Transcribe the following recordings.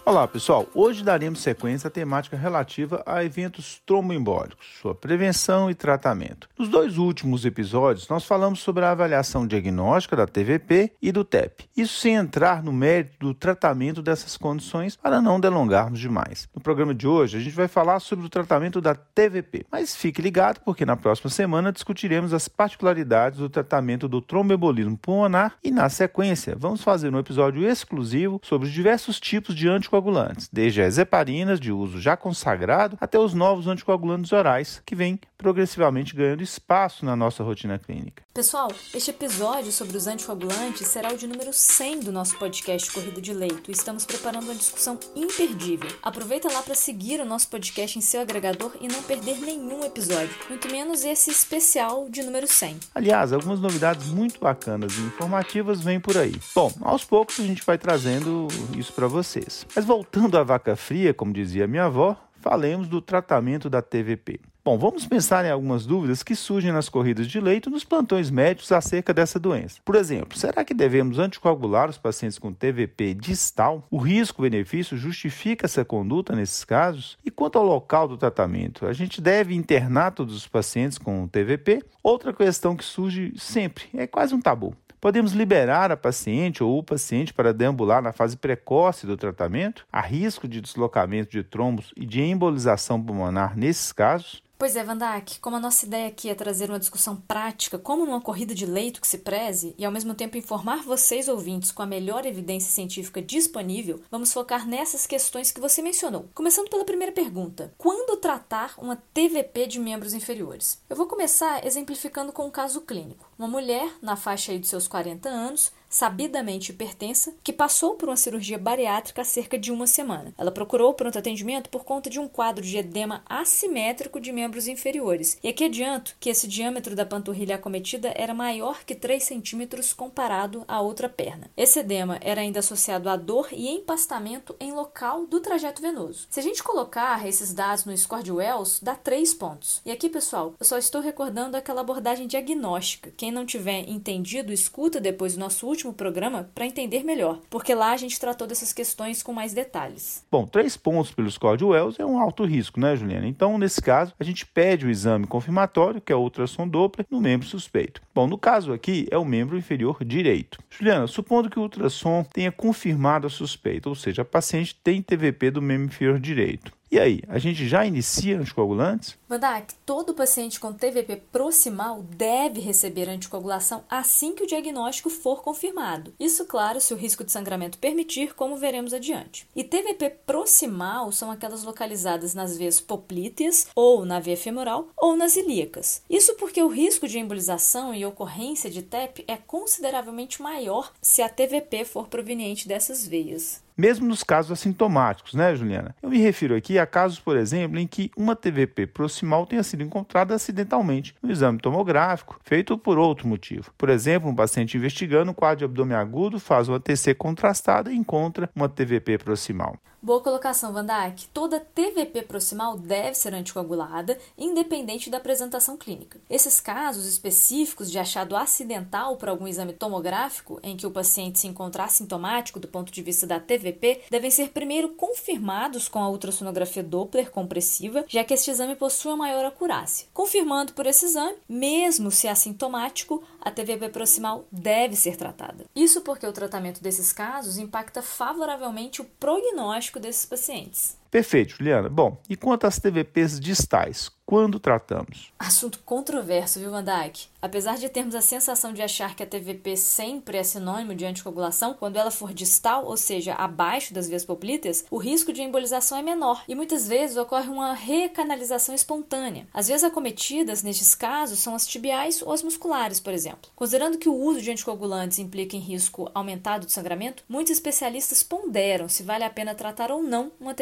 Olá pessoal, hoje daremos sequência à temática relativa a eventos tromboembólicos, sua prevenção e tratamento. Nos dois últimos episódios nós falamos sobre a avaliação diagnóstica da TVP e do TEP, isso sem entrar no mérito do tratamento dessas condições para não delongarmos demais. No programa de hoje a gente vai falar sobre o tratamento da TVP, mas fique ligado porque na próxima semana discutiremos as particularidades do tratamento do tromboembolismo pulmonar e na sequência vamos fazer um episódio exclusivo sobre os diversos tipos de anticoagulantes, desde as heparinas de uso já consagrado até os novos anticoagulantes orais, que vêm progressivamente ganhando espaço na nossa rotina clínica. Pessoal, este episódio sobre os anticoagulantes será o de número 100 do nosso podcast Corrida de Leito e estamos preparando uma discussão imperdível. Aproveita lá para seguir o nosso podcast em seu agregador e não perder nenhum episódio, muito menos esse especial de número 100. Aliás, algumas novidades muito bacanas e informativas vêm por aí. Bom, aos poucos a gente vai trazendo isso para vocês. Mas voltando à vaca fria, como dizia minha avó, falemos do tratamento da TVP. Bom, vamos pensar em algumas dúvidas que surgem nas corridas de leito e nos plantões médicos acerca dessa doença. Por exemplo, será que devemos anticoagular os pacientes com TVP distal? O risco-benefício justifica essa conduta nesses casos? E quanto ao local do tratamento, a gente deve internar todos os pacientes com TVP? Outra questão que surge sempre, é quase um tabu. Podemos liberar a paciente ou o paciente para deambular na fase precoce do tratamento? Há risco de deslocamento de trombos e de embolização pulmonar nesses casos? Pois é, Vandak, como a nossa ideia aqui é trazer uma discussão prática, como numa corrida de leito que se preze, e ao mesmo tempo informar vocês, ouvintes, com a melhor evidência científica disponível, vamos focar nessas questões que você mencionou. Começando pela primeira pergunta: quando tratar uma TVP de membros inferiores? Eu vou começar exemplificando com um caso clínico. Uma mulher, na faixa aí dos seus 40 anos, sabidamente hipertensa, que passou por uma cirurgia bariátrica há cerca de uma semana. Ela procurou o pronto atendimento por conta de um quadro de edema assimétrico de membros inferiores. E aqui adianto que esse diâmetro da panturrilha acometida era maior que 3 centímetros comparado à outra perna. Esse edema era ainda associado a dor e empastamento em local do trajeto venoso. Se a gente colocar esses dados no score de Wells, dá 3 pontos. E aqui, pessoal, eu só estou recordando aquela abordagem diagnóstica. Quem não tiver entendido, escuta depois o nosso último programa para entender melhor, porque lá a gente tratou dessas questões com mais detalhes. Bom, 3 pontos pelo score de Wells é um alto risco, né, Juliana? Então, nesse caso, a gente pede o exame confirmatório, que é o ultrassom Doppler, no membro suspeito. Bom, no caso aqui, é o membro inferior direito. Juliana, supondo que o ultrassom tenha confirmado a suspeita, ou seja, a paciente tem TVP do membro inferior direito. E aí, a gente já inicia anticoagulantes? Vandak, todo paciente com TVP proximal deve receber anticoagulação assim que o diagnóstico for confirmado. Isso, claro, se o risco de sangramento permitir, como veremos adiante. E TVP proximal são aquelas localizadas nas veias poplíteas, ou na veia femoral, ou nas ilíacas. Isso porque o risco de embolização e ocorrência de TEP é consideravelmente maior se a TVP for proveniente dessas veias. Mesmo nos casos assintomáticos, né, Juliana? Eu me refiro aqui a casos, por exemplo, em que uma TVP proximal tenha sido encontrada acidentalmente no exame tomográfico, feito por outro motivo. Por exemplo, um paciente investigando um quadro de abdômen agudo, faz uma TC contrastada e encontra uma TVP proximal. Boa colocação, Vandak. Toda TVP proximal deve ser anticoagulada, independente da apresentação clínica. Esses casos específicos de achado acidental por algum exame tomográfico, em que o paciente se encontrar assintomático do ponto de vista da TVP, devem ser primeiro confirmados com a ultrassonografia Doppler compressiva, já que este exame possui uma maior acurácia. Confirmando por esse exame, mesmo se assintomático, a TVP proximal deve ser tratada. Isso porque o tratamento desses casos impacta favoravelmente o prognóstico desses pacientes. Perfeito, Juliana. Bom, e quanto às TVPs distais, quando tratamos? Assunto controverso, viu, Vandak? Apesar de termos a sensação de achar que a TVP sempre é sinônimo de anticoagulação, quando ela for distal, ou seja, abaixo das veias poplíteas, o risco de embolização é menor e muitas vezes ocorre uma recanalização espontânea. As veias acometidas, nestes casos, são as tibiais ou as musculares, por exemplo. Considerando que o uso de anticoagulantes implica em risco aumentado de sangramento, muitos especialistas ponderam se vale a pena tratar ou não uma TVP distal.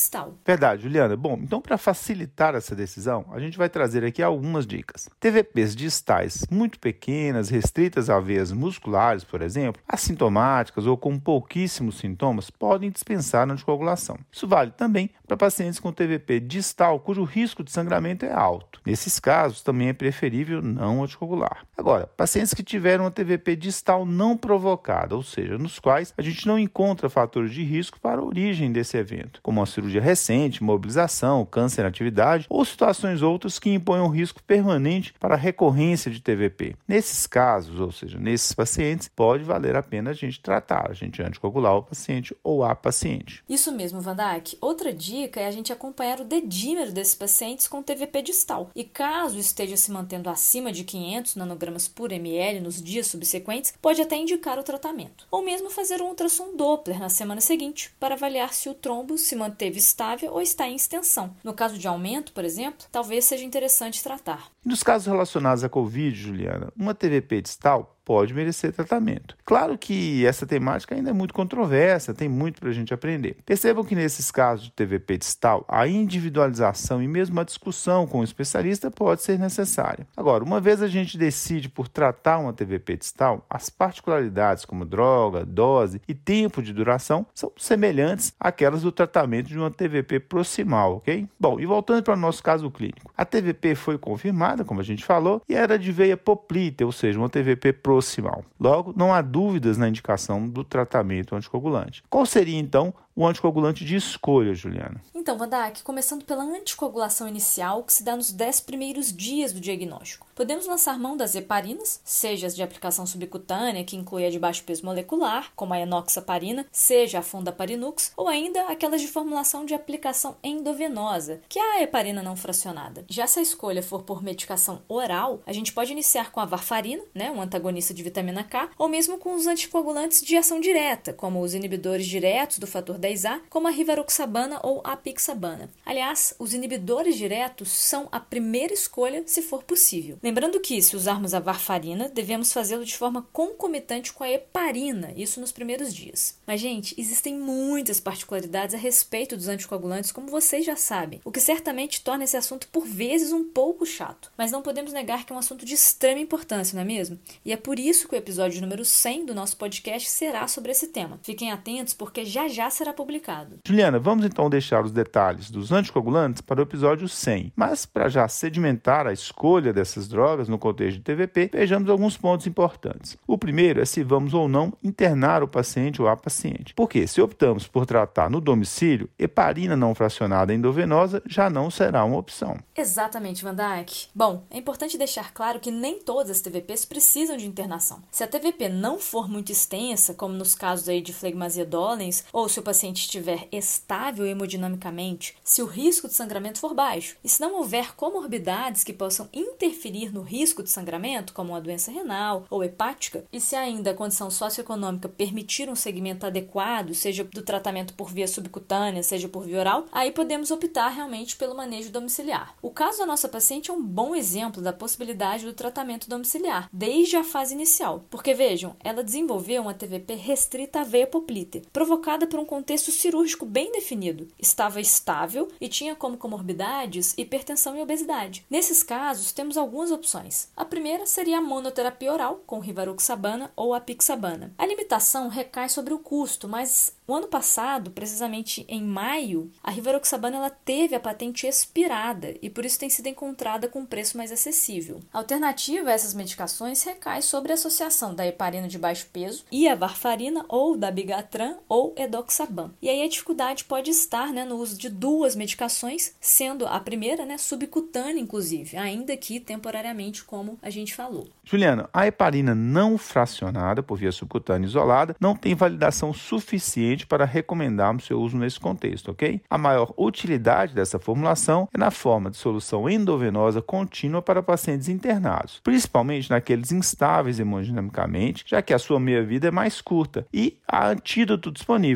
distal. Verdade, Juliana. Bom, então para facilitar essa decisão, a gente vai trazer aqui algumas dicas. TVPs distais muito pequenas, restritas a veias musculares, por exemplo, assintomáticas ou com pouquíssimos sintomas, podem dispensar a anticoagulação. Isso vale também para pacientes com TVP distal, cujo risco de sangramento é alto. Nesses casos, também é preferível não anticoagular. Agora, pacientes que tiveram uma TVP distal não provocada, ou seja, nos quais a gente não encontra fatores de risco para a origem desse evento, como uma cirurgia recente, mobilização, câncer na atividade ou situações outras que impõem um risco permanente para a recorrência de TVP. Nesses casos, ou seja, nesses pacientes, pode valer a pena a gente tratar, a gente anticoagular o paciente ou a paciente. Isso mesmo, Vandak. Outra dica é a gente acompanhar o dedímero desses pacientes com TVP distal. E caso esteja se mantendo acima de 500 nanogramas por ml nos dias subsequentes, pode até indicar o tratamento. Ou mesmo fazer um ultrassom Doppler na semana seguinte para avaliar se o trombo se manteve estável ou está em extensão. No caso de aumento, por exemplo, talvez seja interessante tratar. Nos casos relacionados à Covid, Juliana, uma TVP distal pode merecer tratamento. Claro que essa temática ainda é muito controversa, tem muito para a gente aprender. Percebam que nesses casos de TVP distal, a individualização e mesmo a discussão com o especialista pode ser necessária. Agora, uma vez a gente decide por tratar uma TVP distal, as particularidades como droga, dose e tempo de duração são semelhantes àquelas do tratamento de uma TVP proximal, ok? Bom, e voltando para o nosso caso clínico, a TVP foi confirmada, como a gente falou, e era de veia poplítea, ou seja, uma TVP proximal. Logo, não há dúvidas na indicação do tratamento anticoagulante. Qual seria, então, o anticoagulante de escolha, Juliana? Então, Vandak, começando pela anticoagulação inicial, que se dá nos 10 primeiros dias do diagnóstico. Podemos lançar mão das heparinas, seja as de aplicação subcutânea, que inclui a de baixo peso molecular, como a enoxaparina, seja a fondaparinux, ou ainda aquelas de formulação de aplicação endovenosa, que é a heparina não fracionada. Já se a escolha for por medicação oral, a gente pode iniciar com a varfarina, um antagonista de vitamina K, ou mesmo com os anticoagulantes de ação direta, como os inibidores diretos do fator 10A, como a rivaroxabana ou a apixabana. Aliás, os inibidores diretos são a primeira escolha se for possível. Lembrando que, se usarmos a varfarina, devemos fazê-lo de forma concomitante com a heparina, isso nos primeiros dias. Mas, gente, existem muitas particularidades a respeito dos anticoagulantes, como vocês já sabem, o que certamente torna esse assunto por vezes um pouco chato. Mas não podemos negar que é um assunto de extrema importância, não é mesmo? E é por isso que o episódio número 100 do nosso podcast será sobre esse tema. Fiquem atentos, porque já será publicado. Juliana, vamos então deixar os detalhes dos anticoagulantes para o episódio 100. Mas, para já sedimentar a escolha dessas drogas no contexto de TVP, vejamos alguns pontos importantes. O primeiro é se vamos ou não internar o paciente ou a paciente. Porque, se optamos por tratar no domicílio, heparina não fracionada endovenosa já não será uma opção. Exatamente, Van Dijk. Bom, é importante deixar claro que nem todas as TVPs precisam de internação. Se a TVP não for muito extensa, como nos casos aí de flegmasia dolens, ou se o paciente estiver estável hemodinamicamente, se o risco de sangramento for baixo, e se não houver comorbidades que possam interferir no risco de sangramento, como uma doença renal ou hepática, e se ainda a condição socioeconômica permitir um segmento adequado, seja do tratamento por via subcutânea, seja por via oral, aí podemos optar realmente pelo manejo domiciliar. O caso da nossa paciente é um bom exemplo da possibilidade do tratamento domiciliar, desde a fase inicial, porque vejam, ela desenvolveu uma TVP restrita à veia poplítea, provocada por um contexto cirúrgico bem definido, estava estável e tinha como comorbidades hipertensão e obesidade. Nesses casos, temos algumas opções. A primeira seria a monoterapia oral, com rivaroxabana ou apixabana. A limitação recai sobre o custo, mas o ano passado, precisamente em maio, a rivaroxabana ela teve a patente expirada e por isso tem sido encontrada com um preço mais acessível. A alternativa a essas medicações recai sobre a associação da heparina de baixo peso e a varfarina ou da bigatran ou edoxaban. E aí a dificuldade pode estar no uso de duas medicações, sendo a primeira subcutânea, inclusive, ainda que temporariamente, como a gente falou. Juliana, a heparina não fracionada por via subcutânea isolada não tem validação suficiente para recomendarmos seu uso nesse contexto, ok? A maior utilidade dessa formulação é na forma de solução endovenosa contínua para pacientes internados, principalmente naqueles instáveis hemodinamicamente, já que a sua meia-vida é mais curta e há antídoto disponível, a protamina,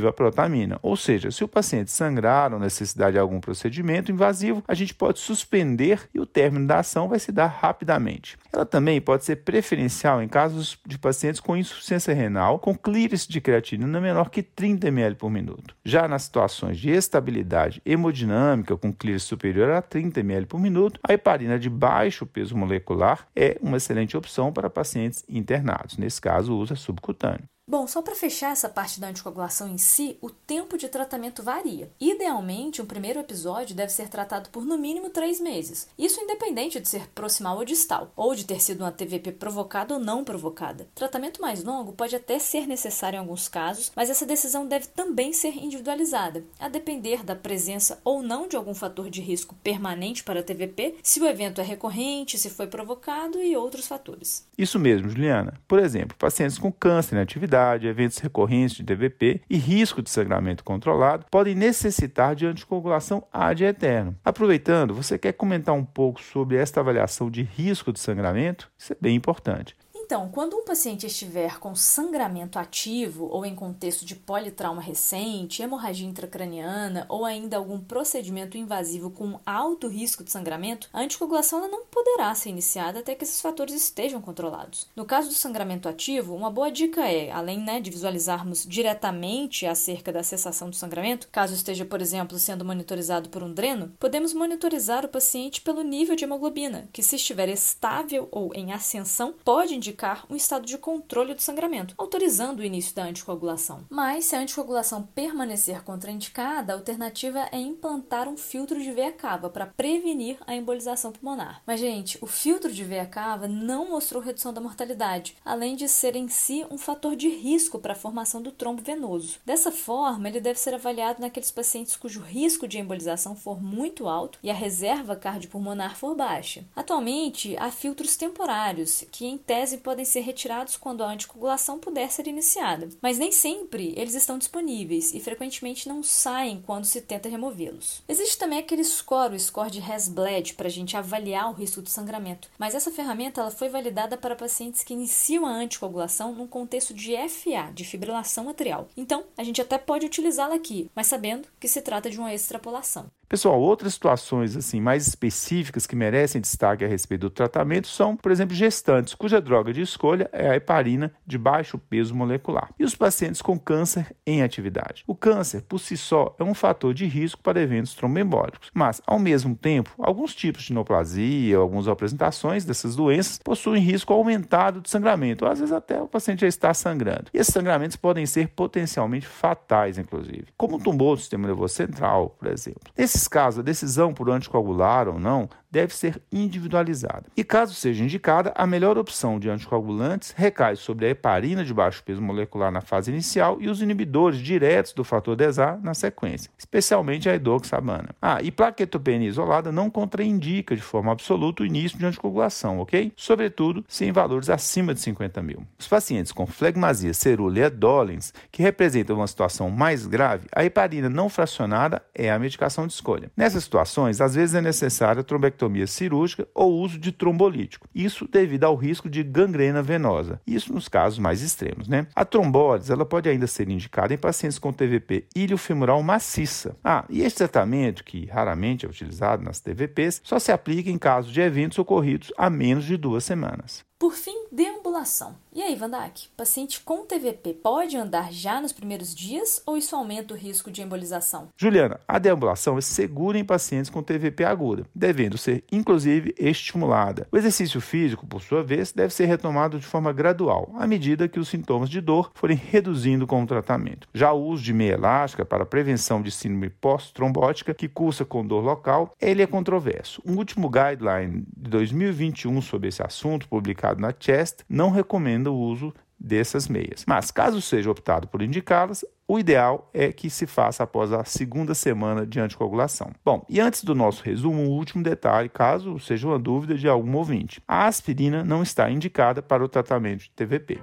contamina. Ou seja, se o paciente sangrar ou necessitar de algum procedimento invasivo, a gente pode suspender e o término da ação vai se dar rapidamente. Ela também pode ser preferencial em casos de pacientes com insuficiência renal, com clearance de creatinina menor que 30 ml por minuto. Já nas situações de estabilidade hemodinâmica, com clearance superior a 30 ml por minuto, a heparina de baixo peso molecular é uma excelente opção para pacientes internados. Nesse caso, o uso é subcutâneo. Bom, só para fechar essa parte da anticoagulação em si, o tempo de tratamento varia. Idealmente, um primeiro episódio deve ser tratado por no mínimo 3 meses. Isso independente de ser proximal ou distal, ou de ter sido uma TVP provocada ou não provocada. Tratamento mais longo pode até ser necessário em alguns casos, mas essa decisão deve também ser individualizada, a depender da presença ou não de algum fator de risco permanente para a TVP, se o evento é recorrente, se foi provocado e outros fatores. Isso mesmo, Juliana. Por exemplo, pacientes com câncer em atividade, eventos recorrentes de TVP e risco de sangramento controlado podem necessitar de anticoagulação ad eterno. Aproveitando, você quer comentar um pouco sobre esta avaliação de risco de sangramento? Isso é bem importante. Então, quando um paciente estiver com sangramento ativo ou em contexto de politrauma recente, hemorragia intracraniana ou ainda algum procedimento invasivo com alto risco de sangramento, a anticoagulação não poderá ser iniciada até que esses fatores estejam controlados. No caso do sangramento ativo, uma boa dica é, além de visualizarmos diretamente acerca da cessação do sangramento, caso esteja, por exemplo, sendo monitorizado por um dreno, podemos monitorizar o paciente pelo nível de hemoglobina, que se estiver estável ou em ascensão, pode indicar um estado de controle do sangramento, autorizando o início da anticoagulação. Mas, se a anticoagulação permanecer contraindicada, a alternativa é implantar um filtro de veia cava para prevenir a embolização pulmonar. Mas, gente, o filtro de veia cava não mostrou redução da mortalidade, além de ser em si um fator de risco para a formação do trombo venoso. Dessa forma, ele deve ser avaliado naqueles pacientes cujo risco de embolização for muito alto e a reserva cardiopulmonar for baixa. Atualmente, há filtros temporários, que em tese podem ser retirados quando a anticoagulação puder ser iniciada, mas nem sempre eles estão disponíveis e frequentemente não saem quando se tenta removê-los. Existe também aquele score, o score de Hasbled, para a gente avaliar o risco de sangramento, mas essa ferramenta ela foi validada para pacientes que iniciam a anticoagulação num contexto de FA, de fibrilação atrial. Então, a gente até pode utilizá-la aqui, mas sabendo que se trata de uma extrapolação. Pessoal, outras situações mais específicas que merecem destaque a respeito do tratamento são, por exemplo, gestantes, cuja droga de escolha é a heparina de baixo peso molecular, e os pacientes com câncer em atividade. O câncer, por si só, é um fator de risco para eventos tromboembólicos, mas, ao mesmo tempo, alguns tipos de neoplasia, algumas apresentações dessas doenças possuem risco aumentado de sangramento, ou às vezes até o paciente já está sangrando. E esses sangramentos podem ser potencialmente fatais, inclusive, como um tumor do sistema nervoso central, por exemplo. Nesses casos, a decisão por anticoagular ou não deve ser individualizada. E caso seja indicada, a melhor opção de anticoagulantes recai sobre a heparina de baixo peso molecular na fase inicial e os inibidores diretos do fator 10A na sequência, especialmente a edoxabana. E plaquetopenia isolada não contraindica de forma absoluta o início de anticoagulação, ok? Sobretudo se em valores acima de 50 mil. Os pacientes com flegmasia cerúlea e dolens, que representam uma situação mais grave, a heparina não fracionada é a medicação de escolha. Nessas situações, às vezes é necessária a trombectomia cirúrgica ou uso de trombolítico. Isso devido ao risco de gangrena venosa. Isso nos casos mais extremos, A trombólise, ela pode ainda ser indicada em pacientes com TVP iliofemoral maciça. E esse tratamento, que raramente é utilizado nas TVPs, só se aplica em caso de eventos ocorridos há menos de 2 semanas. Por fim, deambulação. E aí, Vandak, paciente com TVP pode andar já nos primeiros dias ou isso aumenta o risco de embolização? Juliana, a deambulação é segura em pacientes com TVP aguda, devendo ser, inclusive, estimulada. O exercício físico, por sua vez, deve ser retomado de forma gradual, à medida que os sintomas de dor forem reduzindo com o tratamento. Já o uso de meia elástica para prevenção de síndrome pós-trombótica, que cursa com dor local, ele é controverso. Um último guideline de 2021 sobre esse assunto, publicado na Chest, não recomenda o uso dessas meias. Mas, caso seja optado por indicá-las, o ideal é que se faça após a 2ª semana de anticoagulação. Bom, e antes do nosso resumo, um último detalhe, caso seja uma dúvida de algum ouvinte. A aspirina não está indicada para o tratamento de TVP.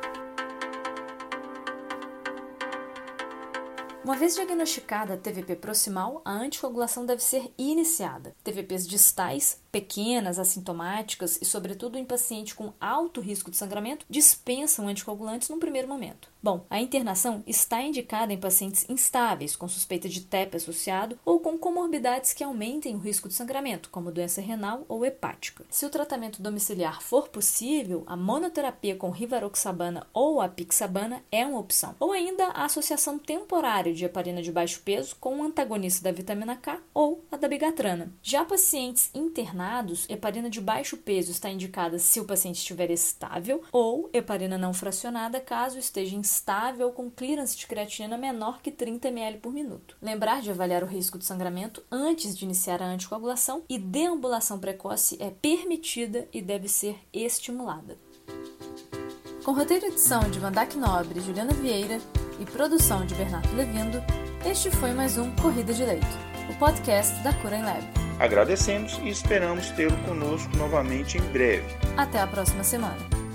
Uma vez diagnosticada a TVP proximal, a anticoagulação deve ser iniciada. TVPs distais pequenas, assintomáticas e, sobretudo, em paciente com alto risco de sangramento, dispensam anticoagulantes num primeiro momento. Bom, a internação está indicada em pacientes instáveis, com suspeita de TEP associado ou com comorbidades que aumentem o risco de sangramento, como doença renal ou hepática. Se o tratamento domiciliar for possível, a monoterapia com rivaroxabana ou apixabana é uma opção, ou ainda a associação temporária de heparina de baixo peso com um antagonista da vitamina K ou a dabigatrana. Já pacientes internados, heparina de baixo peso está indicada se o paciente estiver estável ou heparina não fracionada caso esteja instável com clearance de creatinina menor que 30 ml por minuto. Lembrar de avaliar o risco de sangramento antes de iniciar a anticoagulação e deambulação precoce é permitida e deve ser estimulada. Com roteiro e edição de Vandac Nobre e Juliana Vieira e produção de Bernardo Levindo, este foi mais um Corrida de Leito, o podcast da Cura em Lab. Agradecemos e esperamos tê-lo conosco novamente em breve. Até a próxima semana.